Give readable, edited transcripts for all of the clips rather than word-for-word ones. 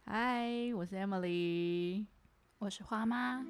嗨，我是 Emily。 我是花妈。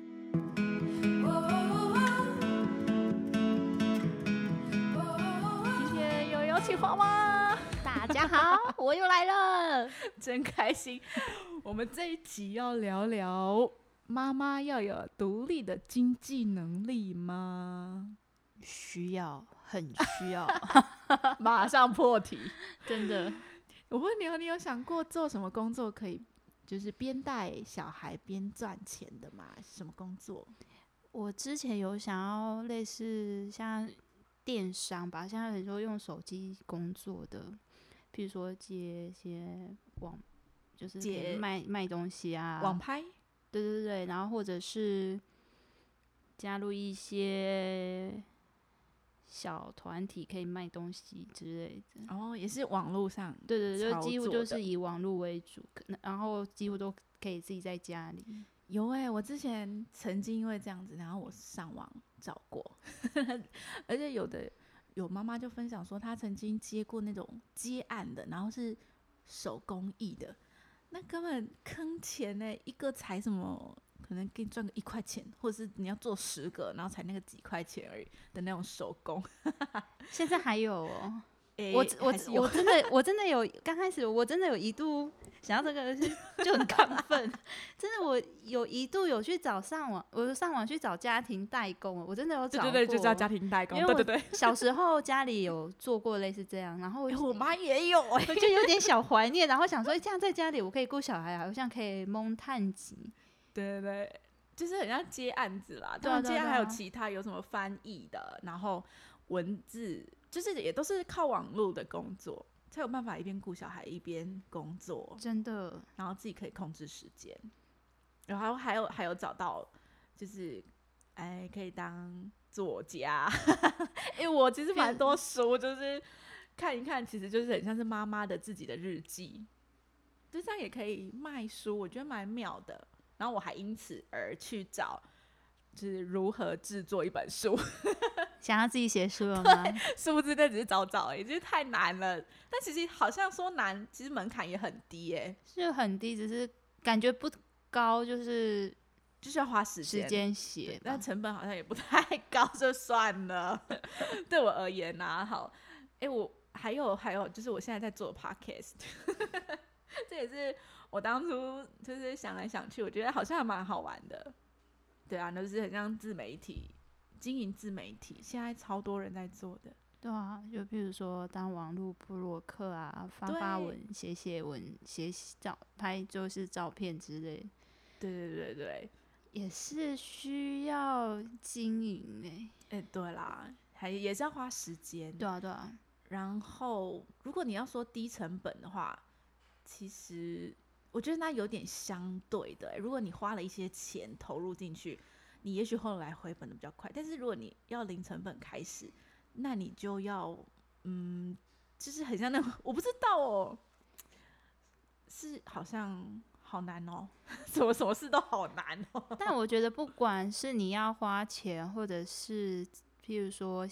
今天又邀请花妈， 大家好，我又来了， 真开心。我们这一集要聊聊妈妈要有独立的经济能力吗？ 需要，很需要， 马上破题。 真的。 我问你哦，你有想过做什么工作可以就是边带小孩边赚钱的吗？什么工作？ 我之前有想要类似像电商吧，像很多用手机工作的，譬如说接一些网，就是可以卖东西啊， 网拍？ 对对对，然后或者是加入一些小团体可以卖东西之类的。 哦，也是网络上， 对对，就几乎就是以网络为主，然后几乎都可以自己在家里。 有我之前曾经因为这样子，然后我上网找过，而且有妈妈就分享说，她曾经接过那种接案的，然后是手工艺的，那根本坑钱呢，一个才什么，可能给你赚个1块钱，或者是你要做10个，然后才那个几块钱而已的那种手工。 现在还有哦。我真的有，刚开始我真的有一度想要这个就很亢奋，真的我有一度有去找我上网去找家庭代工，我真的有找过。 对，就叫家庭代工。 因为对， 小时候家里有做过类似这样，然后我妈也有我就有点小怀念，然后想说这样在家里我可以顾小孩，好像可以蒙探级。 对，就是很像接案子啦。 对啊， 接案还有其他有什么翻译的，然后文字，就是也都是靠网络的工作，才有办法一边顾小孩一边工作， 真的。 然后自己可以控制时间。然后还有找到，就是可以当作家，因为我其实蛮多书，就是看一看，其实就是很像是妈妈的自己的日记，就这样也可以卖书，我觉得蛮妙的。然后我还因此而去找，就是如何制作一本书。 想要自己写书了吗？ 殊不知那只是找而已，就是太难了。但其实好像说难，其实门槛也很低耶， 是很低，只是感觉不高，就是要花时间写， 但成本好像也不太高，就算了。对我而言啊，好，我还有，就是我现在在做 podcast， 这也是我当初就是想来想去，我觉得好像还蛮好玩的。对啊，就是很像自媒体经营自媒体，现在超多人在做的。 对啊，就比如说当网络部落客啊，发文、写文、拍就是照片之类。 对， 也是需要经营对啦，也是要花时间。 对啊。 然后，如果你要说低成本的话，其实我觉得那有点相对的。如果你花了一些钱投入进去，你也许后来回本的比较快。但是如果你要零成本开始，那你就要就是很像那种，我不知道哦，是好像好难哦，什么事都好难哦。 但我觉得不管是你要花钱，或者是譬如说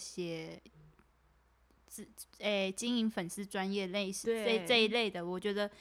经营粉丝专业类似这一类的，我觉得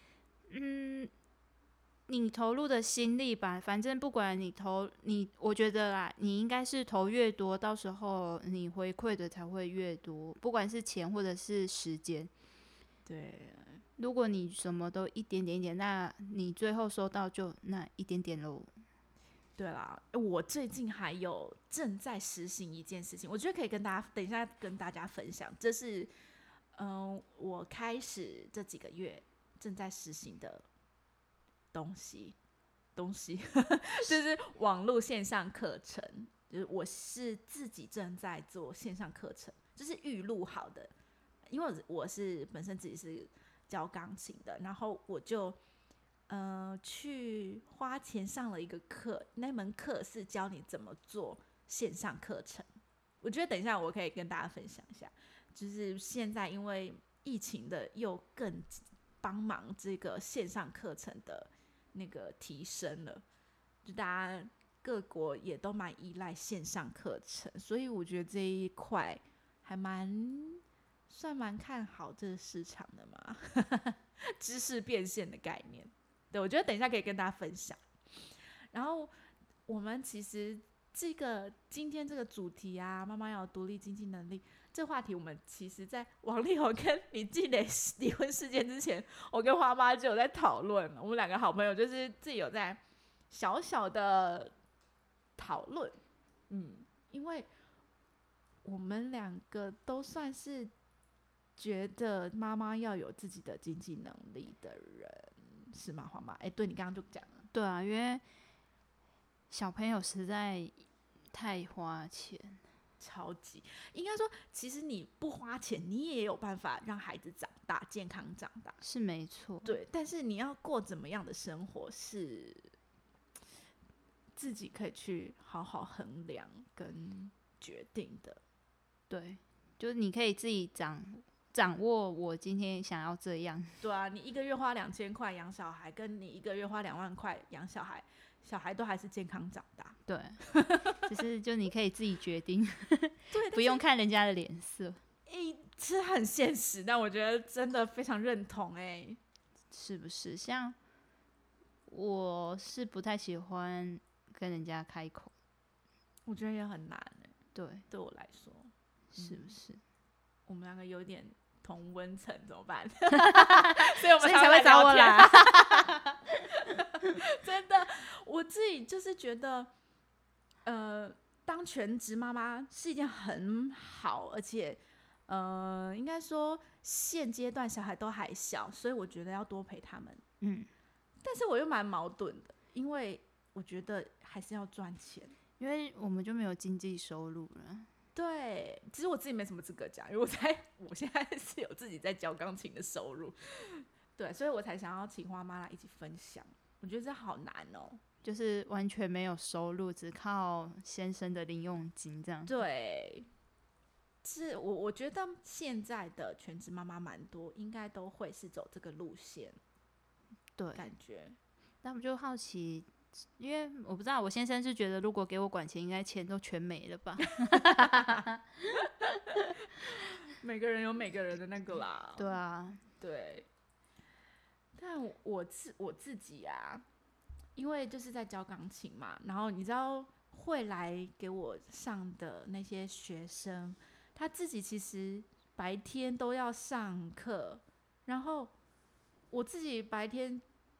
你投入的心力吧，反正不管我觉得啦，你应该是投越多，到时候你回馈的才会越多，不管是钱或者是时间。 对， 如果你什么都一点点，那你最后收到就那一点点咯。 对啦，我最近还有正在实行一件事情，我觉得可以等一下跟大家分享。这是我开始这几个月正在实行的东西就是网络线上课程，就是我是自己正在做线上课程，就是预录好的。因为我是本身自己是教钢琴的，然后我就去花钱上了一个课，那门课是教你怎么做线上课程。我觉得等一下我可以跟大家分享一下，就是现在因为疫情的又更帮忙这个线上课程的那个提升了，就大家各国也都蛮依赖线上课程，所以我觉得这一块还算蛮看好这个市场的嘛，知识变现的概念。 对，我觉得等一下可以跟大家分享。然后我们其实今天这个主题啊，妈妈要有独立经济能力，这话题我们其实在王力宏跟李静蕾离婚事件之前，我跟花妈就有在讨论，我们两个好朋友就是自己有在小小的讨论，因为我们两个都算是觉得妈妈要有自己的经济能力的人，是吗，花妈？对，你刚刚就讲了。 对啊，因为小朋友实在太花钱， 超级应该说，其实你不花钱，你也有办法让孩子长大，健康长大， 是没错。 对，但是你要过怎么样的生活，是自己可以去好好衡量跟决定的。 对，就是你可以自己掌握我今天想要这样。 对啊，你一个月花2000块养小孩，跟你一个月花2万块养小孩，小孩都还是健康长大。 对，就你可以自己决定， 对， 不用看人家的脸色。 是很现实，但我觉得真的非常认同。 是不是？像我是不太喜欢跟人家开口， 我觉得也很难。 对我来说， 是不是？ 我们两个有点同温层，怎么办？所以我们才会找我来。真的，我自己就是觉得，当全职妈妈是一件很好，而且，应该说现阶段小孩都还小，所以我觉得要多陪他们。但是我又蛮矛盾的，因为我觉得还是要赚钱， 因为我们就没有经济收入了。 对，其实我自己没什么资格讲，因为我现在是有自己在教钢琴的收入，对，所以我才想要请花妈来一起分享。我觉得这好难哦， 就是完全没有收入，只靠先生的零用金这样。 对，是我觉得现在的全职妈妈蛮多，应该都会是走这个路线。 对， 感觉。 那我就好奇。因为我不知道，我先生是觉得如果给我管钱，应该钱都全没了吧？ 每个人有每个人的那个啦。 对啊， 对。但我自己啊，因为就是在教钢琴嘛，然后你知道会来给我上的那些学生，他自己其实白天都要上课，然后我自己白天，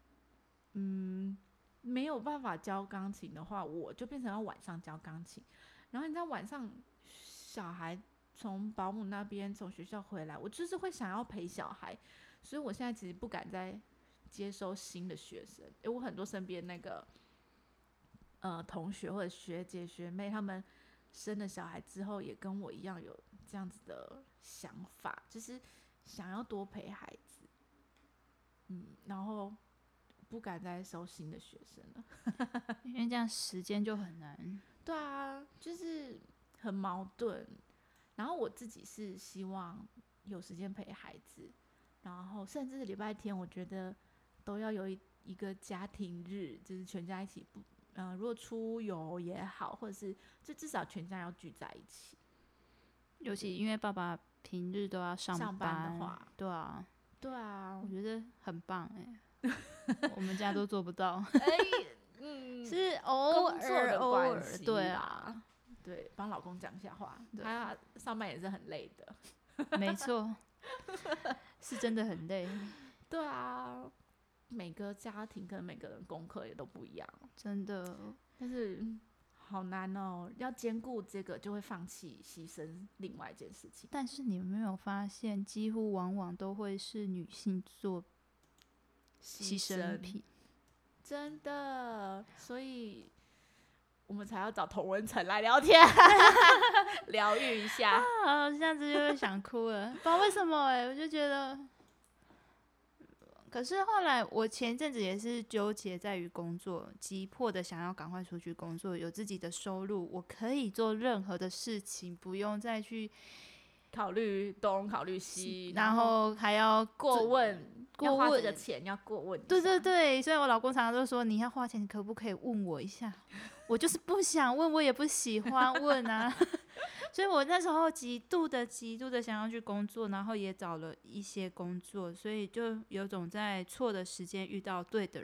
没有办法教钢琴的话，我就变成要晚上教钢琴。然后你知道晚上小孩从保姆那边从学校回来，我就是会想要陪小孩，所以我现在其实不敢再接收新的学生。我很多身边那个同学或者学姐学妹，他们生了小孩之后，也跟我一样有这样子的想法，就是想要多陪孩子。然后不敢再收新的学生了， 因为这样时间就很难。 对啊，就是很矛盾。然后我自己是希望有时间陪孩子，然后甚至是礼拜天，我觉得都要有一个家庭日，就是全家一起如果出游也好，或者是就至少全家要聚在一起。 尤其因为爸爸平日都要上班的话， 对啊， 我觉得很棒我们家都做不到。是偶尔，对啊， 对，帮老公讲一下话，他上班也是很累的。 没错，是真的很累。 对啊，每个家庭跟每个人功课也都不一样， 真的。 但是好难哦，要兼顾这个就会放弃牺牲另外一件事情。 但是你们没有发现，几乎往往都会是女性做牺牲品， 真的，所以我们才要找同温层来聊天，疗愈一下。 这样子就会想哭了，不知道为什么我就觉得。可是后来，我前阵子也是纠结在于工作，急迫的想要赶快出去工作，有自己的收入，我可以做任何的事情，不用再去考虑东考虑西， 然后还要过问要花这个钱要过问。 对对对，所以我老公常常都说，你要花钱，你可不可以问我一下？我就是不想问，我也不喜欢问啊。所以我那时候极度的想要去工作，然后也找了一些工作，所以就有种在错的时间遇到对的人，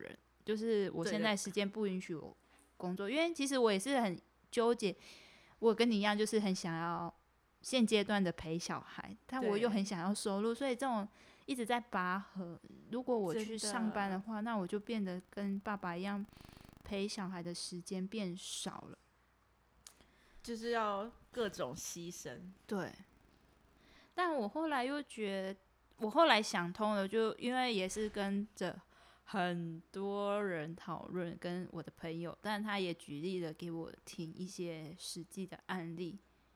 就是我现在时间不允许我工作，因为其实我也是很纠结，我跟你一样，就是很想要现阶段的陪小孩，但我又很想要收入，所以这种一直在拔河。如果我去上班的话，那我就变得跟爸爸一样，陪小孩的时间变少了， 就是要各种牺牲。 对，但我后来又觉得，我后来想通了，就因为也是跟着很多人讨论，跟我的朋友，但他也举例了给我听一些实际的案例，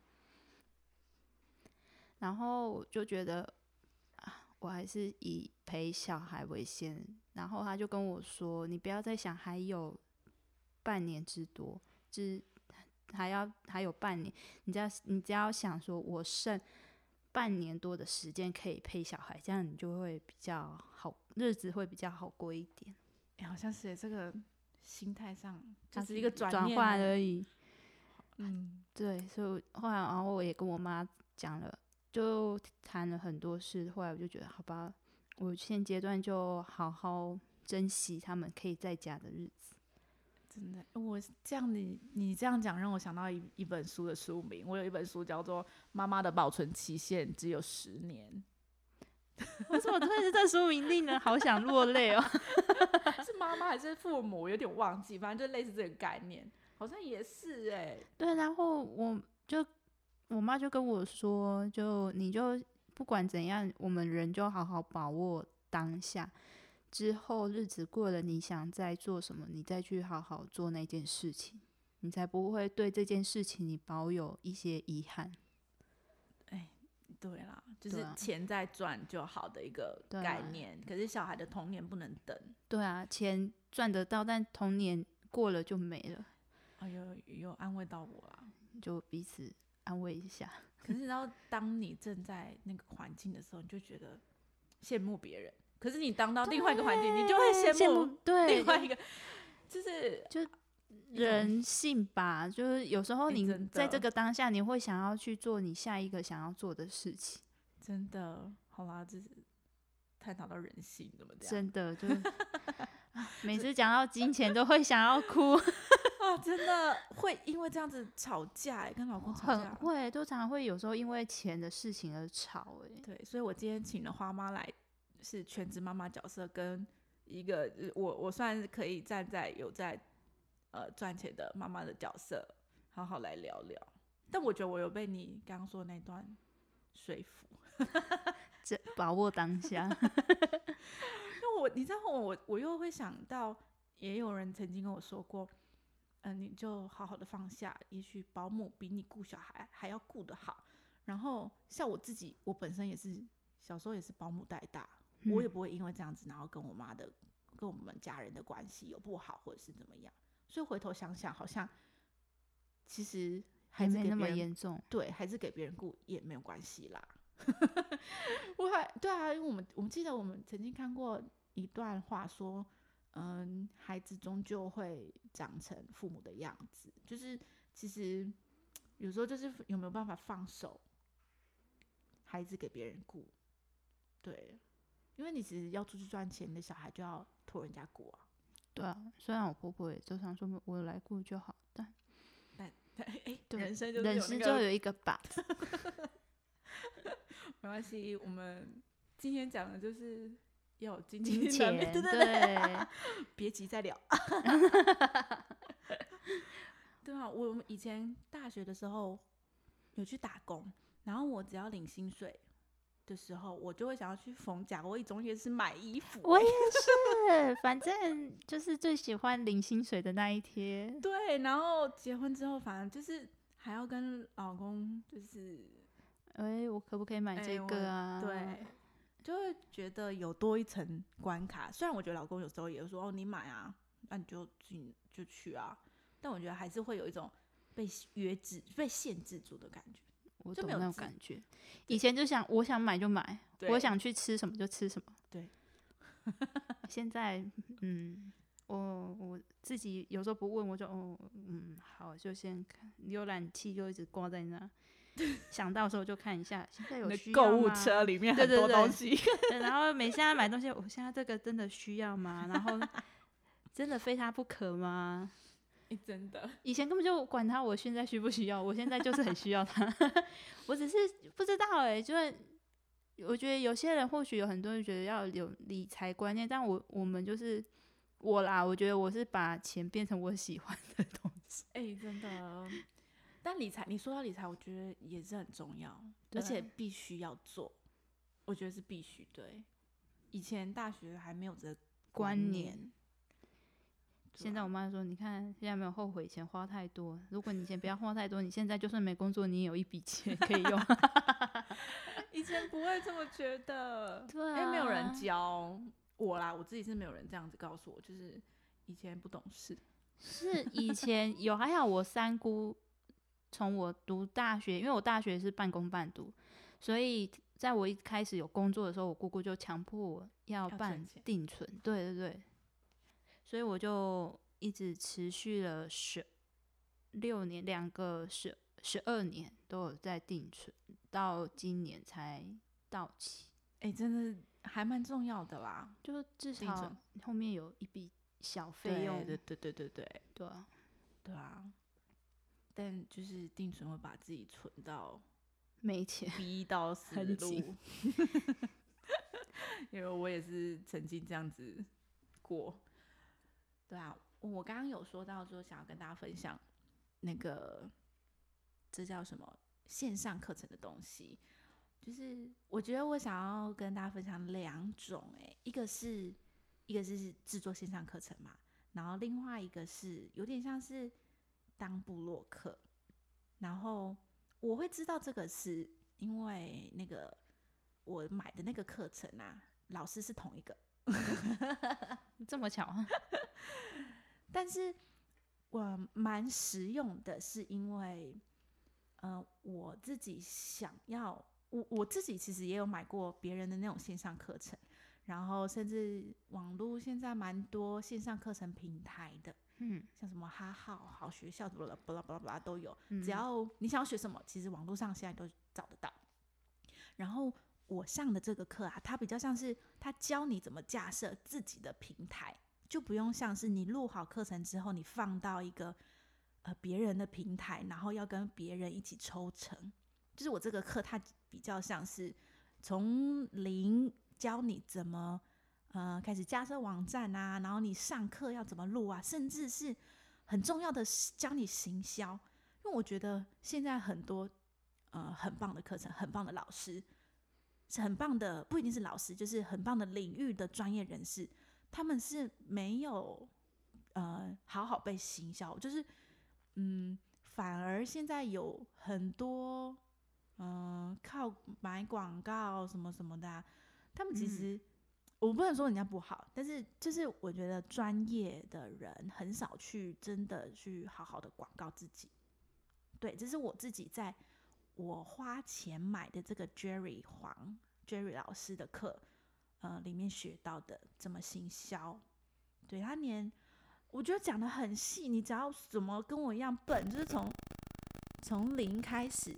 然后我就觉得我还是以陪小孩为先。然后他就跟我说，你不要再想还有半年之多，就是还有半年，你只要想说我剩半年多的时间可以陪小孩，这样你就会比较好，日子会比较好过一点。 好像是这个心态上就是一个转换而已。 对， 所以后来然后我也跟我妈讲了，就谈了很多事。后来我就觉得，好吧，我现阶段就好好珍惜他们可以在家的日子。 真的，我这样你这样讲让我想到一本书的书名，我有一本书叫做《妈妈的保存期限只有10年》。 为什么会是这书名令人好想落泪哦？ 是妈妈还是父母？我有点忘记，反正就类似这个概念，好像也是对，然后我妈就跟我说，你就不管怎样，我们人就好好把握当下。之后日子过了，你想再做什么，你再去好好做那件事情，你才不会对这件事情你保有一些遗憾。 对啦，就是钱在赚就好的一个概念。可是小孩的童年不能等。 对啊，钱赚得到，但童年过了就没了。 有安慰到我啦， 就彼此安慰一下。 可是你知道，当你正在那个环境的时候，你就觉得羡慕别人。可是你当到另外一个环境，你就会羡慕另外一个，就人性吧。就是有时候你在这个当下，你会想要去做你下一个想要做的事情。 真的，好啦，这是探讨到人性，怎么这样？ 真的就是每次讲到金钱都会想要哭。 真的会因为这样子吵架，跟老公吵架， 很会，都常会有时候因为钱的事情而吵。 对，所以我今天请了花妈来，是全职妈妈角色，跟一个我算是可以站在有在赚钱的妈妈的角色，好好来聊聊。但我觉得我有被你刚刚说的那段说服， 把握当下。 因为你知道我又会想到，也有人曾经跟我说过，你就好好的放下，也许保姆比你顾小孩还要顾得好。然后像我自己，我本身也是小时候也是保姆带大，我也不会因为这样子，然后跟我们家人的关系有不好或者是怎么样。所以回头想想，好像其实还是没那么严重。 对，还是给别人顾也没有关系啦。对啊，因为我们记得我们曾经看过一段话说，孩子终究会长成父母的样子，就是其实有时候就是有没有办法放手，孩子给别人顾。对，因为你其实要出去赚钱，你的小孩就要托人家顾啊。 对啊，虽然我婆婆也经常说我来顾就好，但人生就有一个 but。 没关系，我们今天讲的就是要有金钱，对， 别急再聊。对啊，我们以前大学的时候有去打工，然后我只要领薪水的时候，我就会想要去逢甲过一中夜市买衣服。 我也是，反正就是最喜欢领薪水的那一天。 对，然后结婚之后，反正就是还要跟老公就是。 我可不可以买这个啊？ 对，就会觉得有多一层关卡。虽然我觉得老公有时候也会说你买啊，那你就去啊，但我觉得还是会有一种被限制住的感觉。 我懂那种感觉。以前就我想买就买，我想去吃什么就吃什么。 对。 现在我自己有时候不问，我就好，就先看浏览器就一直挂在那。想到的时候就看一下，现在有需要吗？ 购物车里面很多东西。 对，然后现在买东西，我现在这个真的需要吗？然后真的非他不可吗？ 真的， 以前根本就管他我现在需不需要，我现在就是很需要他。我只是不知道就是我觉得有些人或许有很多人觉得要有理财观念，但我们就是我啦，我觉得我是把钱变成我喜欢的东西。 真的。但理财，你说到理财，我觉得也是很重要，而且必须要做。我觉得是必须。对，以前大学还没有这个观念。 现在我妈说，你看现在没有后悔以前花太多，如果你以前不要花太多，你现在就算没工作，你也有一笔钱可以用。 以前不会这么觉得， 对啊， 因为没有人教我啦，我自己是没有人这样子告诉我，就是以前不懂事。 是以前有，还好我三姑从我读大学，因为我大学是半工半读，所以在我一开始有工作的时候，我姑姑就强迫我要办定存，对对对，所以我就一直持续了16年，2个12年都有在定存，到今年才到期。 真的还蛮重要的啦， 就至少后面有一笔小费用。 对对对对对对啊， 对啊。但就是定存会把自己存到没钱， 逼到死路。因为我也是曾经这样子过。对啊，我刚刚有说到说想要跟大家分享那个这叫什么线上课程的东西，就是我觉得我想要跟大家分享2种，一个是制作线上课程嘛，然后另外一个是有点像是当部落客。然后我会知道这个是因为那个我买的那个课程啊，老师是同一个。 这么巧。 但是我蛮实用的，是因为我自己想要，我自己其实也有买过别人的那种线上课程，然后甚至网络现在蛮多线上课程平台的，像什么哈好、好学校巴拉巴拉都有，只要你想要学什么，其实网络上现在都找得到。然后我上的这个课啊，它比较像是它教你怎么架设自己的平台，就不用像是你录好课程之后，你放到一个别人的平台，然后要跟别人一起抽成。就是我这个课它比较像是从零教你怎么开始架设网站啊，然后你上课要怎么录啊，甚至是很重要的教你行销。因为我觉得现在很多很棒的课程，很棒的老师，是很棒的，不一定是老师，就是很棒的领域的专业人士，他们是没有好好被行销，就是反而现在有很多靠买广告什么什么的啊，他们其实我不能说人家不好，但是就是我觉得专业的人很少去真的去好好的广告自己。对，这是我自己在我花钱买的这个 Jerry 老师的课里面学到的怎么行销。对，他我觉得讲得很细，你只要怎么跟我一样笨，就是从零开始，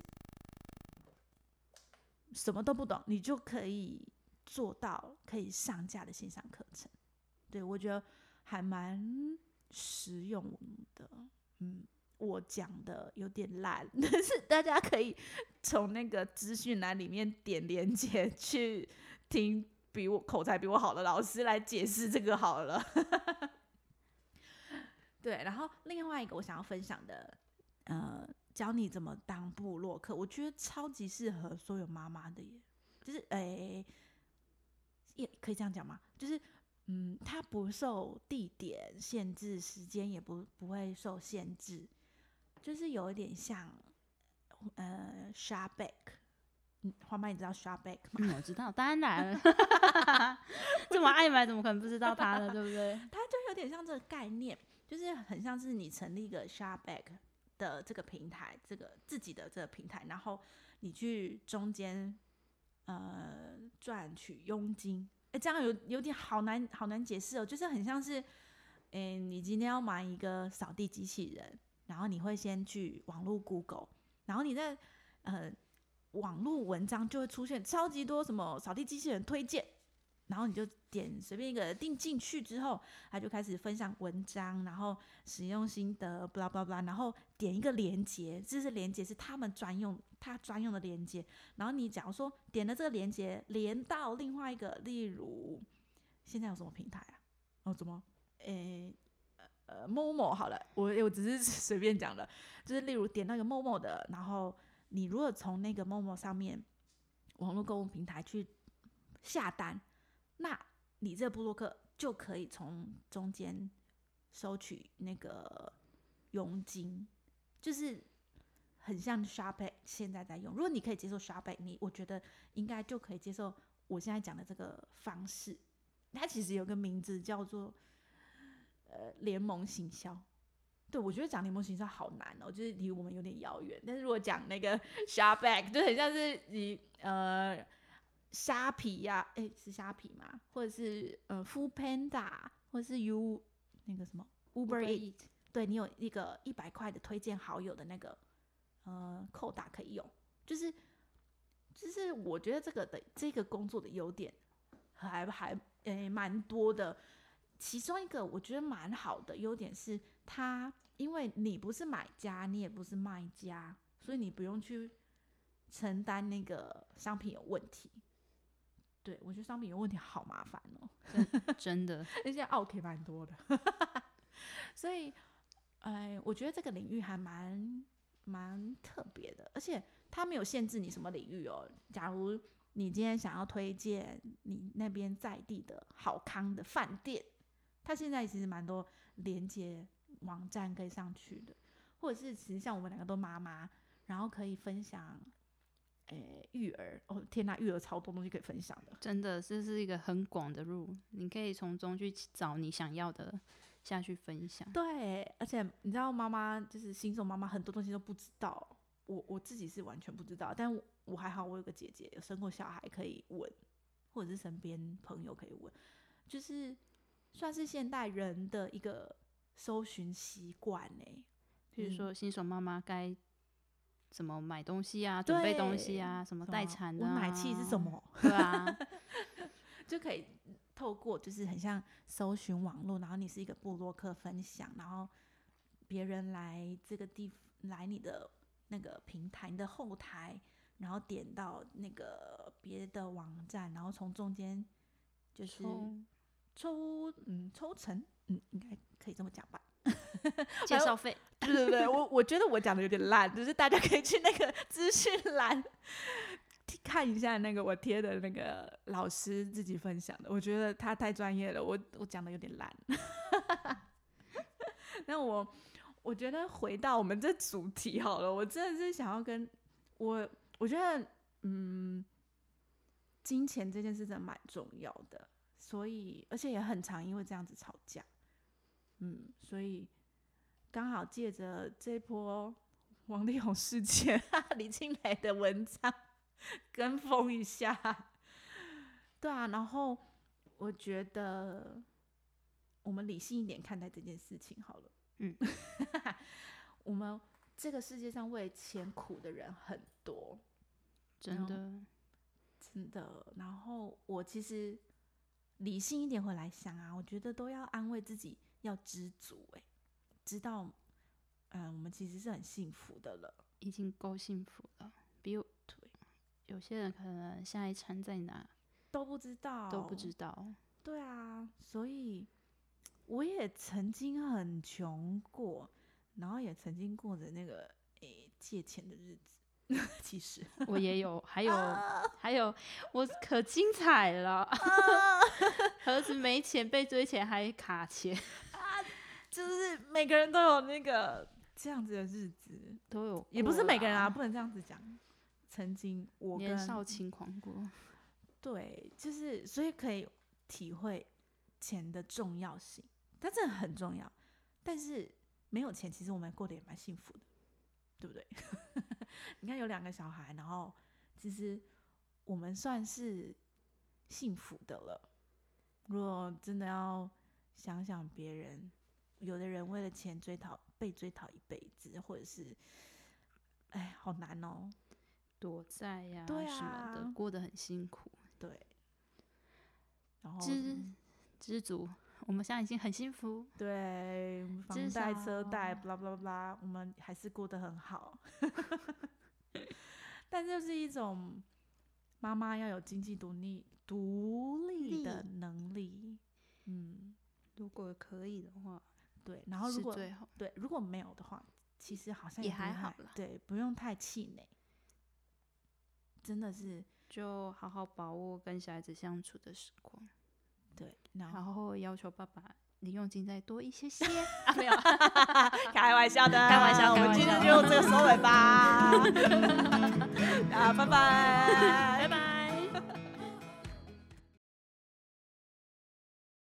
什么都不懂，你就可以做到可以上架的线上课程。对，我觉得还蛮实用的。我讲的有点烂，但是大家可以从那个资讯栏里面点连结去听比我口才比我好的老师来解释这个好了。对，然后另外一个我想要分享的教你怎么当部落客，我觉得超级适合所有妈妈的耶。就是也可以这样讲吗？就是它不受地点限制，时间也不会受限制，就是有一点像ShopBack。花妈，你知道 ShopBack 吗？ 我知道，当然了。这么爱买，怎么可能不知道它呢？对不对？ 它就有点像这个概念，就是很像是你成立一个 ShopBack 的这个平台，这个自己的这个平台，然后你去中间赚取佣金。这样有点好难解释哦，就是很像是你今天要买一个扫地机器人，然后你会先去网络 Google， 然后你在网络文章就会出现超级多什么扫地机器人推荐， 然后你就点随便一个订进去之后，他就开始分享文章，然后使用心得，blah blah blah，然后点一个连结，这是连结是他专用的连结，然后你假如说点了这个连结，连到另外一个，例如现在有什么平台啊？哦，怎么？Momo 好了，我只是随便讲的，就是例如点那个 Momo 的，然后你如果从那个 Momo 上面网络购物平台去下单，那你这个部落客就可以从中间收取那个佣金，就是很像 Shopee 现在在用。如果你可以接受 Shopee， 我觉得应该就可以接受我现在讲的这个方式。它其实有个名字叫做联盟行销。对，我觉得讲联盟行销好难哦，就是离我们有点遥远。但是如果讲那个 Shopback， 就很像是你虾皮呀，是虾皮吗？或者是Food Panda， 或者是那个什么 Uber Eats， 对，你有一个100块的推荐好友的那个扣打可以用，就是我觉得这个工作的优点还蛮多的。其中一个我觉得蛮好的优点是，它因为你不是买家，你也不是卖家，所以你不用去承担那个商品有问题。对，我觉得商品有问题好麻烦哦， 真的， 而且OK 蛮多的，所以，我觉得这个领域还蛮特别的，而且它没有限制你什么领域哦。假如你今天想要推荐你那边在地的好康的饭店，它现在其实蛮多连接网站可以上去的，或者是其实像我们两个都妈妈，然后可以分享。育儿，哦天哪，育儿超多东西可以分享的， 真的，这是一个很广的路，你可以从中去找你想要的下去分享。 对，而且你知道妈妈就是新手妈妈，很多东西都不知道，我自己是完全不知道，但我还好，我有个姐姐有生过小孩可以问，或者是身边朋友可以问，就是算是现代人的一个搜寻习惯呢。 比如说新手妈妈该怎么买东西啊，准备东西啊，什么待产的啊， 温奶器是什么？ 对啊， 就可以透过就是很像搜寻网络，然后你是一个部落客分享，然后别人来来你的那个平台你的后台，然后点到那个别的网站，然后从中间就是抽成，应该可以这么讲吧。 介绍费， 对，我觉得我讲的有点烂，就是大家可以去那个资讯栏看一下那个我贴的那个老师自己分享的，我觉得他太专业了，我讲的有点烂。那我觉得回到我们这主题好了，我真的是想要跟我觉得金钱这件事真的蛮重要的，所以而且也很常因为这样子吵架。所以刚好借着这波王力宏事件，李庆磊的文章跟风一下，对啊，然后我觉得我们理性一点看待这件事情好了。我们这个世界上为钱苦的人很多， 真的。然后我其实理性一点回来想啊，我觉得都要安慰自己。要知足，知道，我们其实是很幸福的了， 已经够幸福了。有些人可能下一餐在哪都不知道，对啊，所以我也曾经很穷过，然后也曾经过着那个借钱的日子。其实我也有，还有，我可精彩了。儿子没钱被追钱还卡钱。 就是每个人都有那个这样子的日子， 都有， 也不是每个人啊，不能这样子讲。曾经我年少轻狂过， 对，就是所以可以体会钱的重要性，它真的很重要。但是没有钱，其实我们过得也蛮幸福的，对不对？你看有2个小孩，然后其实我们算是幸福的了。如果真的要想想别人。有的人为了钱被追讨一辈子，或者是，好难哦， 躲债呀、 对啊， 什么的，过得很辛苦。 对。 然后知足，我们现在已经很幸福。 对，房贷车贷blah blah blah，我们还是过得很好。但就是一种妈妈要有经济独立的能力。 如果可以的话， 对，然后如果没有的话，其实好像也还好啦。 对，不用太气馁，真的是就好好把握跟小孩子相处的时光。 对， 然后要求爸爸零用金再多一些没有，开玩笑的，我们今天就用这个收尾吧。拜拜。